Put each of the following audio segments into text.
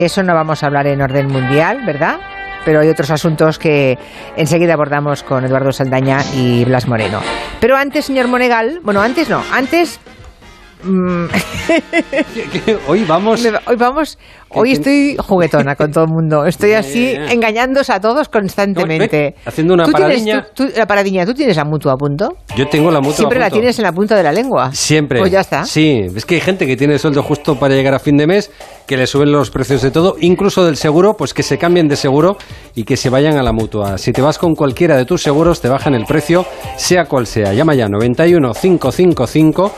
Eso no vamos a hablar en orden mundial, ¿verdad? Pero hay otros asuntos que enseguida abordamos con Eduardo Saldaña y Blas Moreno. Pero antes, señor Monegal, bueno, antes no, antes... Hoy estoy juguetona con todo el mundo. Estoy así engañándoos a todos constantemente. Haciendo una paradiña. La paradiña, ¿tú tienes la mutua a punto? Yo tengo la mutua a punto. ¿Siempre la tienes en la punta de la lengua? Siempre. Pues ya está. Sí, es que hay gente que tiene sueldo justo para llegar a fin de mes, que le suben los precios de todo, incluso del seguro, pues que se cambien de seguro y que se vayan a la mutua. Si te vas con cualquiera de tus seguros, te bajan el precio, sea cual sea. Llama ya 91 555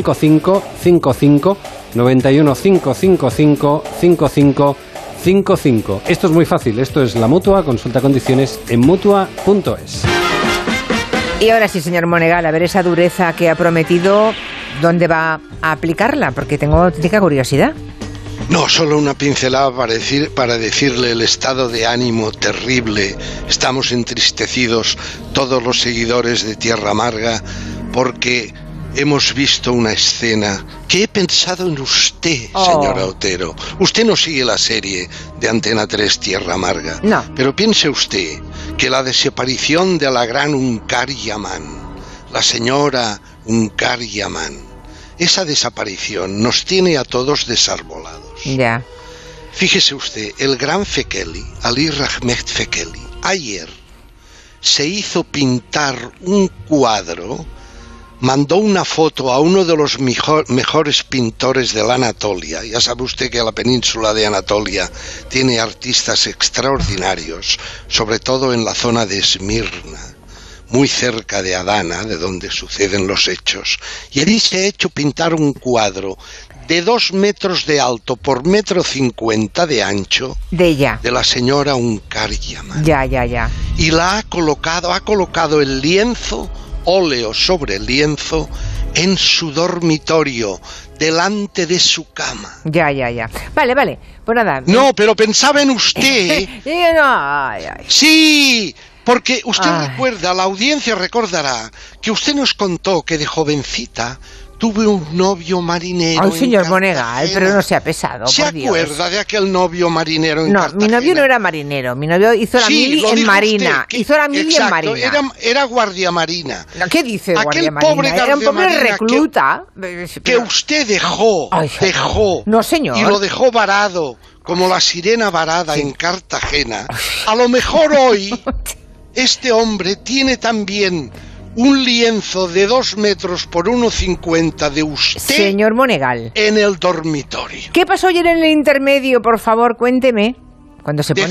5555 91 555 5555. Esto es muy fácil, esto es la Mutua, consulta condiciones en mutua.es. Y ahora sí, señor Monegal, a ver esa dureza que ha prometido, ¿dónde va a aplicarla? Porque tengo auténtica curiosidad. No, solo una pincelada para decirle el estado de ánimo terrible. Estamos entristecidos todos los seguidores de Tierra Amarga porque hemos visto una escena que he pensado en usted, señora Otero. Usted no sigue la serie de Antena 3 Tierra Amarga. No. Pero piense usted que la desaparición de la gran Unkar Yaman, la señora Unkar Yaman, esa desaparición nos tiene a todos desarbolados. Ya. Fíjese usted, el gran Fekeli, Ali Rahmet Fekeli, ayer se hizo pintar un cuadro. Mandó una foto a uno de los mejores pintores de la Anatolia. Ya sabe usted que la península de Anatolia tiene artistas extraordinarios, sobre todo en la zona de Esmirna, muy cerca de Adana, de donde suceden los hechos. Y allí se ha hecho pintar un cuadro de 2 metros de alto por 1,50 m de ancho de ella, de la señora Unkar Yaman. Ya. Y ha colocado el lienzo, óleo sobre el lienzo, en su dormitorio, delante de su cama. Ya. Vale. Pues nada. No, pero pensaba en usted. Sí, porque usted recuerda, la audiencia recordará que usted nos contó que de jovencita tuve un novio marinero. Ay, señor Monegal, pero no sea pesado, ¿Se por Dios. acuerda de aquel novio marinero en Cartagena? No, mi novio no era marinero. Mi novio hizo la mili en Marina. Hizo la mili en Marina. Era guardia marina. ¿Qué dice aquel guardia marina? Era un pobre recluta. Que usted dejó. No, señor. Y lo dejó varado, como la sirena varada en Cartagena. A lo mejor hoy, este hombre tiene también un lienzo de 2 metros por 1,50 m de usted, señor Monegal, en el dormitorio. ¿Qué pasó ayer en el intermedio? Por favor, cuénteme. Cuando se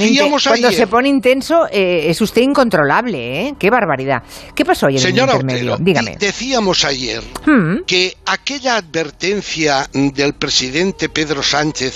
pone intenso, es usted incontrolable, ¿eh? ¡Qué barbaridad! ¿Qué pasó ayer en el intermedio? Otero, dígame. Decíamos ayer que aquella advertencia del presidente Pedro Sánchez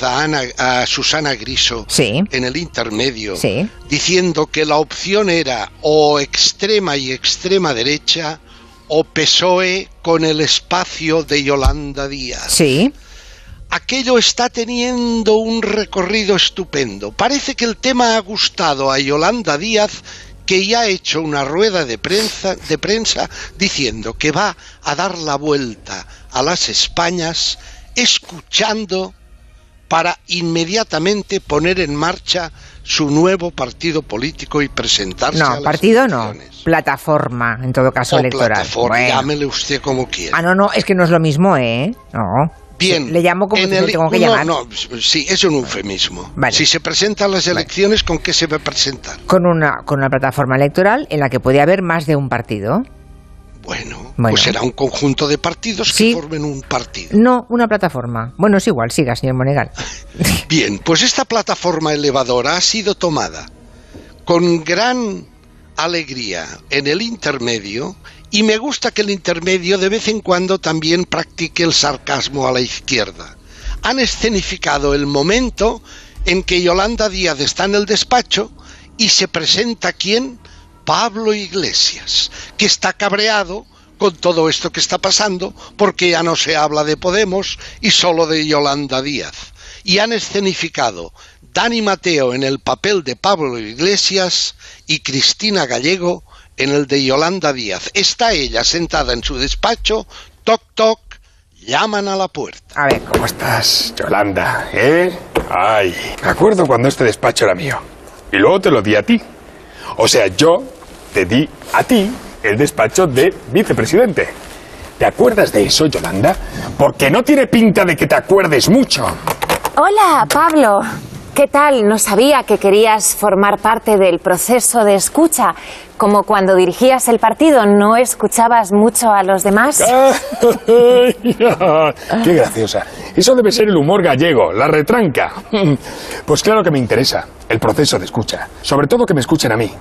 a Susana Griso en el intermedio, diciendo que la opción era o extrema y extrema derecha o PSOE con el espacio de Yolanda Díaz. Sí. Aquello está teniendo un recorrido estupendo. Parece que el tema ha gustado a Yolanda Díaz, que ya ha hecho una rueda de prensa diciendo que va a dar la vuelta a las Españas, escuchando para inmediatamente poner en marcha su nuevo partido político y presentarse a las partido elecciones. No, plataforma, en todo caso electoral. Plataforma, llámele usted como quiera. No, es que no es lo mismo, ¿eh? No. Bien, le llamo como le tengo que llamar. Sí, es un eufemismo. Vale. Si se presentan las elecciones, ¿con qué se va a presentar? Con una plataforma electoral en la que puede haber más de un partido. Bueno, pues será un conjunto de partidos que formen un partido. No, una plataforma. Bueno, es igual, siga, señor Monegal. Bien, pues esta plataforma elevadora ha sido tomada con gran alegría en el intermedio. Y me gusta que el intermedio de vez en cuando también practique el sarcasmo a la izquierda. Han escenificado el momento en que Yolanda Díaz está en el despacho y se presenta ¿quién? Pablo Iglesias, que está cabreado con todo esto que está pasando porque ya no se habla de Podemos y solo de Yolanda Díaz. Y han escenificado Dani Mateo en el papel de Pablo Iglesias y Cristina Gallego en el de Yolanda Díaz. Está ella sentada en su despacho, toc toc, llaman a la puerta. A ver, ¿Cómo estás, Yolanda? Ay, me acuerdo cuando este despacho era mío. Y luego te lo di a ti. O sea, yo te di a ti el despacho de vicepresidente. ¿Te acuerdas de eso, Yolanda? Porque no tiene pinta de que te acuerdes mucho. Hola, Pablo. ¿Qué tal? No sabía que querías formar parte del proceso de escucha. Como cuando dirigías el partido, ¿no escuchabas mucho a los demás? ¡Qué graciosa! Eso debe ser el humor gallego, la retranca. Pues claro que me interesa, el proceso de escucha. Sobre todo que me escuchen a mí.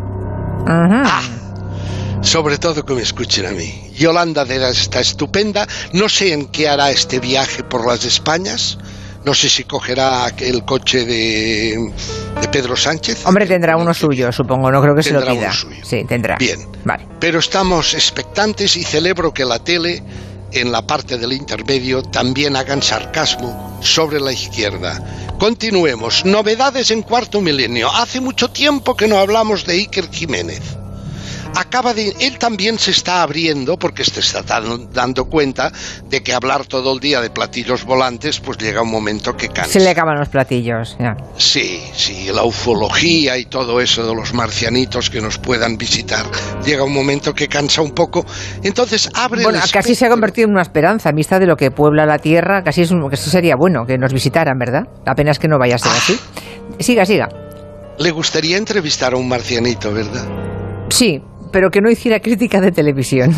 Sobre todo que me escuchen a mí. Yolanda está estupenda. No sé en qué hará este viaje por las Españas. No sé si cogerá el coche de Pedro Sánchez. hombre, tendrá uno suyo, supongo, no creo que se lo Tendrá pida. uno suyo. Sí, tendrá. Bien. Vale. Pero estamos expectantes y celebro que la tele, en la parte del intermedio, también hagan sarcasmo sobre la izquierda. Continuemos. Novedades en Cuarto Milenio. Hace mucho tiempo que no hablamos de Iker Jiménez. Él también se está abriendo porque se está dando cuenta de que hablar todo el día de platillos volantes pues llega un momento que cansa. Se le acaban los platillos, ya. Sí, la ufología y todo eso de los marcianitos que nos puedan visitar llega un momento que cansa un poco. Entonces abre Bueno, casi se ha convertido en una esperanza en vista de lo que puebla la Tierra. Casi sería bueno que nos visitaran, ¿verdad? Apenas que no vaya a ser así. Siga. Le gustaría entrevistar a un marcianito, ¿verdad? Sí, pero que no hiciera crítica de televisión.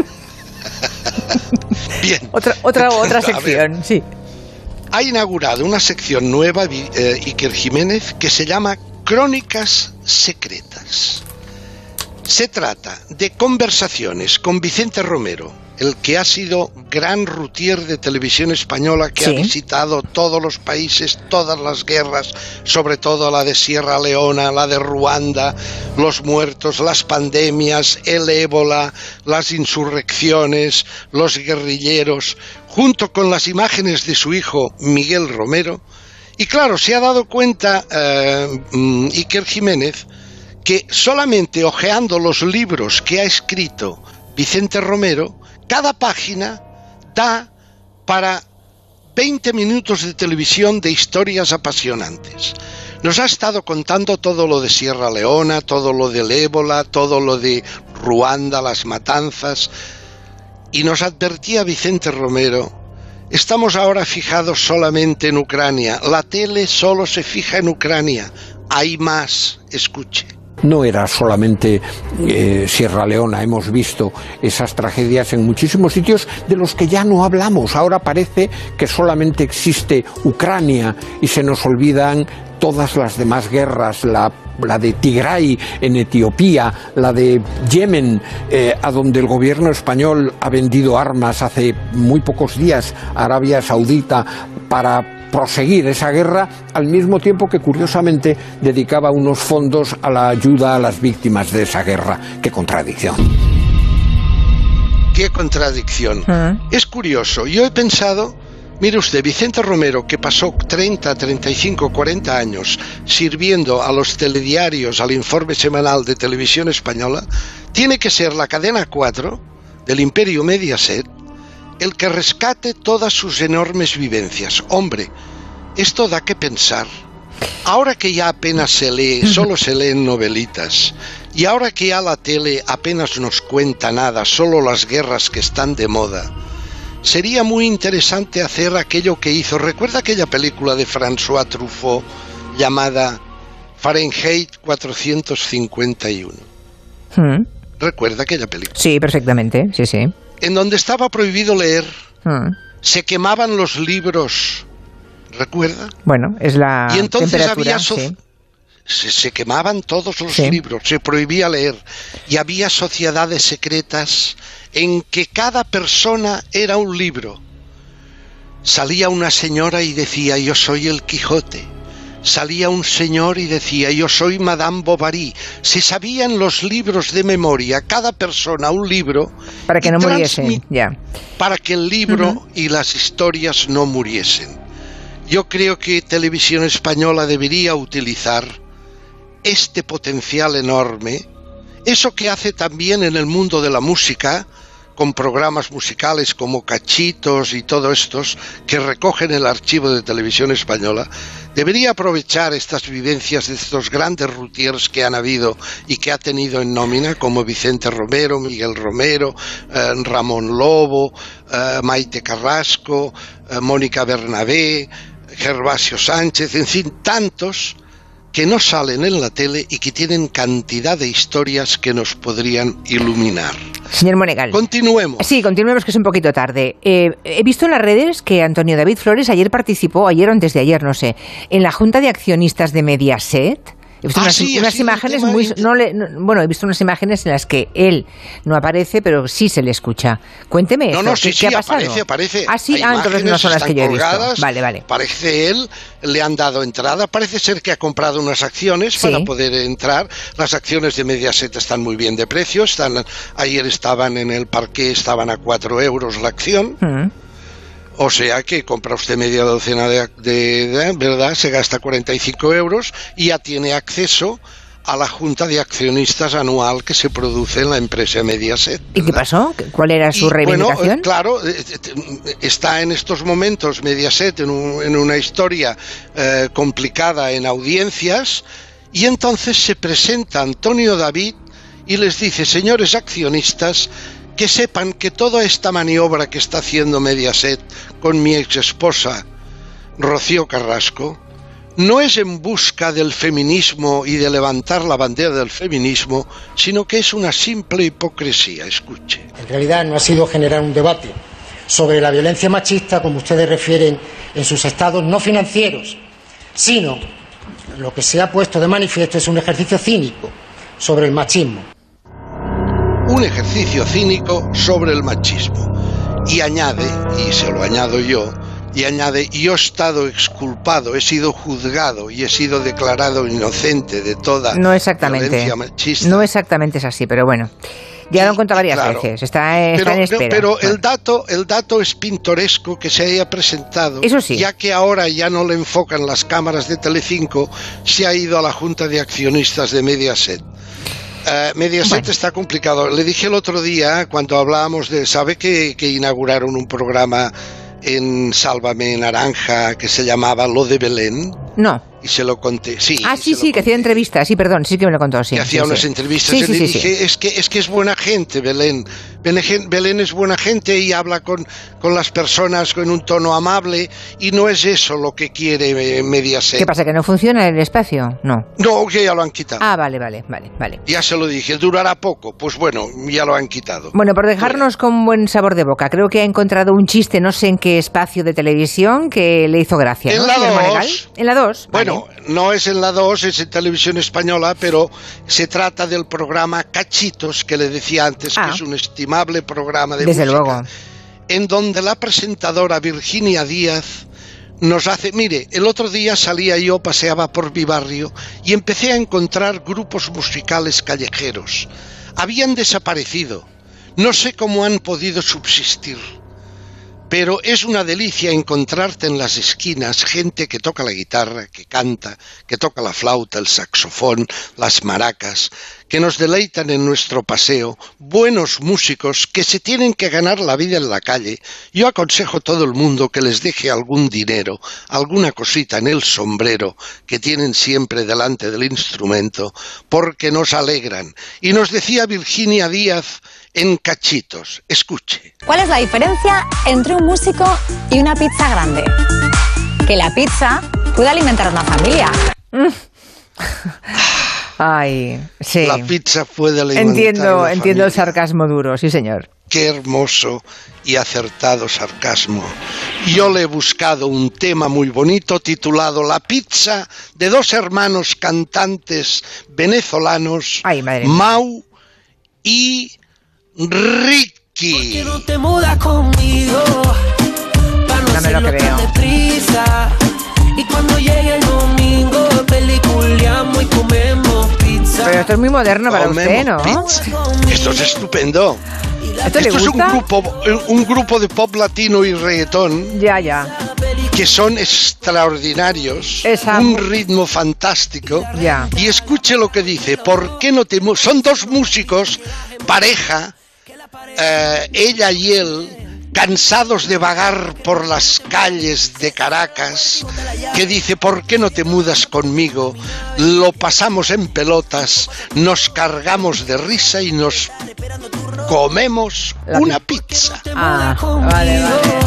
Bien. Otra sección, sí. Ha inaugurado una sección nueva, Iker Jiménez, que se llama Crónicas Secretas. Se trata de conversaciones con Vicente Romero, el que ha sido gran routier de televisión española, que ha visitado todos los países, todas las guerras, sobre todo la de Sierra Leona, la de Ruanda, los muertos, las pandemias, el ébola, las insurrecciones, los guerrilleros, junto con las imágenes de su hijo Miguel Romero. Y claro, se ha dado cuenta Iker Jiménez que solamente hojeando los libros que ha escrito Vicente Romero, cada página da para 20 minutos de televisión de historias apasionantes. Nos ha estado contando todo lo de Sierra Leona, todo lo del ébola, todo lo de Ruanda, las matanzas, y nos advertía Vicente Romero: estamos ahora fijados solamente en Ucrania, la tele solo se fija en Ucrania, hay más, escuche. No era solamente Sierra Leona, hemos visto esas tragedias en muchísimos sitios de los que ya no hablamos. Ahora parece que solamente existe Ucrania y se nos olvidan todas las demás guerras, la de Tigray en Etiopía, la de Yemen, a donde el gobierno español ha vendido armas hace muy pocos días a Arabia Saudita para proseguir esa guerra, al mismo tiempo que curiosamente dedicaba unos fondos a la ayuda a las víctimas de esa guerra. ¡Qué contradicción! ¡Qué contradicción! Es curioso, yo he pensado, mire usted, Vicente Romero, que pasó 30, 35, 40 años sirviendo a los telediarios, al informe semanal de Televisión Española, tiene que ser la cadena 4 del Imperio Mediaset el que rescate todas sus enormes vivencias. Hombre, esto da que pensar. Ahora que ya apenas se lee, solo se leen novelitas, y ahora que ya la tele apenas nos cuenta nada, solo las guerras que están de moda, sería muy interesante hacer aquello que hizo. ¿Recuerda aquella película de François Truffaut llamada Fahrenheit 451? ¿Recuerda aquella película? Sí, perfectamente, sí. En donde estaba prohibido leer, se quemaban los libros, ¿recuerda? Bueno, es la y entonces temperatura, había se quemaban todos los libros, se prohibía leer, y había sociedades secretas en que cada persona era un libro. Salía una señora y decía: yo soy el Quijote. Salía un señor y decía: yo soy Madame Bovary. Se sabían los libros de memoria, cada persona un libro, para que no muriesen, ya. Para que el libro y las historias no muriesen. Yo creo que Televisión Española debería utilizar este potencial enorme, eso que hace también en el mundo de la música, con programas musicales como Cachitos y todo estos que recogen el archivo de Televisión Española, debería aprovechar estas vivencias de estos grandes routiers que han habido y que ha tenido en nómina, como Vicente Romero, Miguel Romero, Ramón Lobo, Maite Carrasco, Mónica Bernabé, Gervasio Sánchez, en fin, tantos que no salen en la tele y que tienen cantidad de historias que nos podrían iluminar. Señor Monegal. Continuemos. Sí, continuemos, que es un poquito tarde. He visto en las redes que Antonio David Flores ayer participó, ayer o antes de ayer, no sé, en la Junta de Accionistas de Mediaset. He visto unas imágenes muy... he visto unas imágenes en las que él no aparece, pero sí se le escucha. Cuénteme eso. ¿Qué ha pasado? Aparece. Ah, sí, entonces no son las que yo he visto. Vale. Aparece él, le han dado entrada. Parece ser que ha comprado unas acciones para poder entrar. Las acciones de Mediaset están muy bien de precio. Ayer estaban en el parqué, estaban a 4 euros la acción. O sea que compra usted media docena de ¿verdad? Se gasta 45 euros y ya tiene acceso a la junta de accionistas anual que se produce en la empresa Mediaset, ¿verdad? ¿Y qué pasó? ¿Cuál era su reivindicación? Bueno, claro, está en estos momentos Mediaset en una historia complicada en audiencias, y entonces se presenta Antonio David y les dice: señores accionistas, que sepan que toda esta maniobra que está haciendo Mediaset con mi ex esposa Rocío Carrasco no es en busca del feminismo y de levantar la bandera del feminismo, sino que es una simple hipocresía. Escuche. En realidad no ha sido generar un debate sobre la violencia machista, como ustedes refieren en sus estados no financieros, sino lo que se ha puesto de manifiesto es un ejercicio cínico sobre el machismo. Un ejercicio cínico sobre el machismo. Y añade, y se lo añado yo, yo he estado exculpado, he sido juzgado y he sido declarado inocente de toda violencia machista. No exactamente es así, pero bueno. Ya lo han contado varias veces, está en espera. Pero el dato es pintoresco que se haya presentado. Eso sí. Ya que ahora ya no le enfocan las cámaras de Telecinco, se ha ido a la Junta de Accionistas de Mediaset. Mediaset está complicado. Le dije el otro día, cuando hablábamos ¿sabe que inauguraron un programa en Sálvame Naranja que se llamaba Lo de Belén? No. Y se lo conté. Sí, que hacía entrevistas, sí, perdón, sí que me lo contó, sí. Que hacía unas entrevistas y le dije, es que es buena gente, Belén. Belén es buena gente y habla con las personas con un tono amable, y no es eso lo que quiere Mediaset. ¿Qué pasa, que no funciona el espacio? No, que ya lo han quitado. Ah, vale. Ya se lo dije, durará poco. Pues bueno, ya lo han quitado. Bueno, por dejarnos con buen sabor de boca, creo que ha encontrado un chiste, no sé en qué espacio de televisión, que le hizo gracia, ¿no? En la 2. En la 2. Bueno, no es en la 2, es en Televisión Española, pero se trata del programa Cachitos, que le decía antes, que es un estimable programa de Desde música, luego. en donde la presentadora Virginia Díaz nos hace... Mire, el otro día paseaba por mi barrio y empecé a encontrar grupos musicales callejeros. Habían desaparecido. No sé cómo han podido subsistir. Pero es una delicia encontrarte en las esquinas gente que toca la guitarra, que canta, que toca la flauta, el saxofón, las maracas, que nos deleitan en nuestro paseo, buenos músicos que se tienen que ganar la vida en la calle. Yo aconsejo a todo el mundo que les deje algún dinero, alguna cosita en el sombrero que tienen siempre delante del instrumento, porque nos alegran. Y nos decía Virginia Díaz en Cachitos. Escuche. ¿Cuál es la diferencia entre un músico y una pizza grande? Que la pizza puede alimentar a una familia. Ay, sí. La pizza puede alimentar a una Entiendo el sarcasmo duro, sí señor. Qué hermoso y acertado sarcasmo. Yo le he buscado un tema muy bonito titulado La pizza, de dos hermanos cantantes venezolanos, Mau y Ricky. ¿Por qué no te mudas conmigo? No me lo creo. Y cuando llegue el domingo, peliculeamos y comemos pizza. Pero esto es muy moderno para usted, ¿no? Pizza. Esto es estupendo. ¿Esto le gusta? Es un grupo de pop latino y reggaetón. Ya. Que son extraordinarios. Un ritmo fantástico. Ya. Y escuche lo que dice. ¿Por qué no te Son dos músicos, pareja, ella y él, cansados de vagar por las calles de Caracas, que dice, ¿por qué no te mudas conmigo? Lo pasamos en pelotas, nos cargamos de risa y nos comemos una pizza. Vale.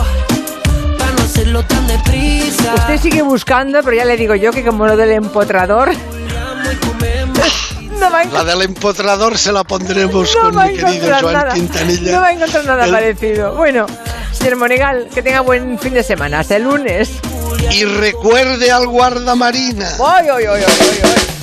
Usted sigue buscando, pero ya le digo yo que como lo del empotrador... La del empotrador se la pondremos con mi querido Joan Quintanilla. No va a encontrar nada parecido. Bueno, señor Monegal, que tenga buen fin de semana. Hasta el lunes. Y recuerde al guardamarina. ¡Ay!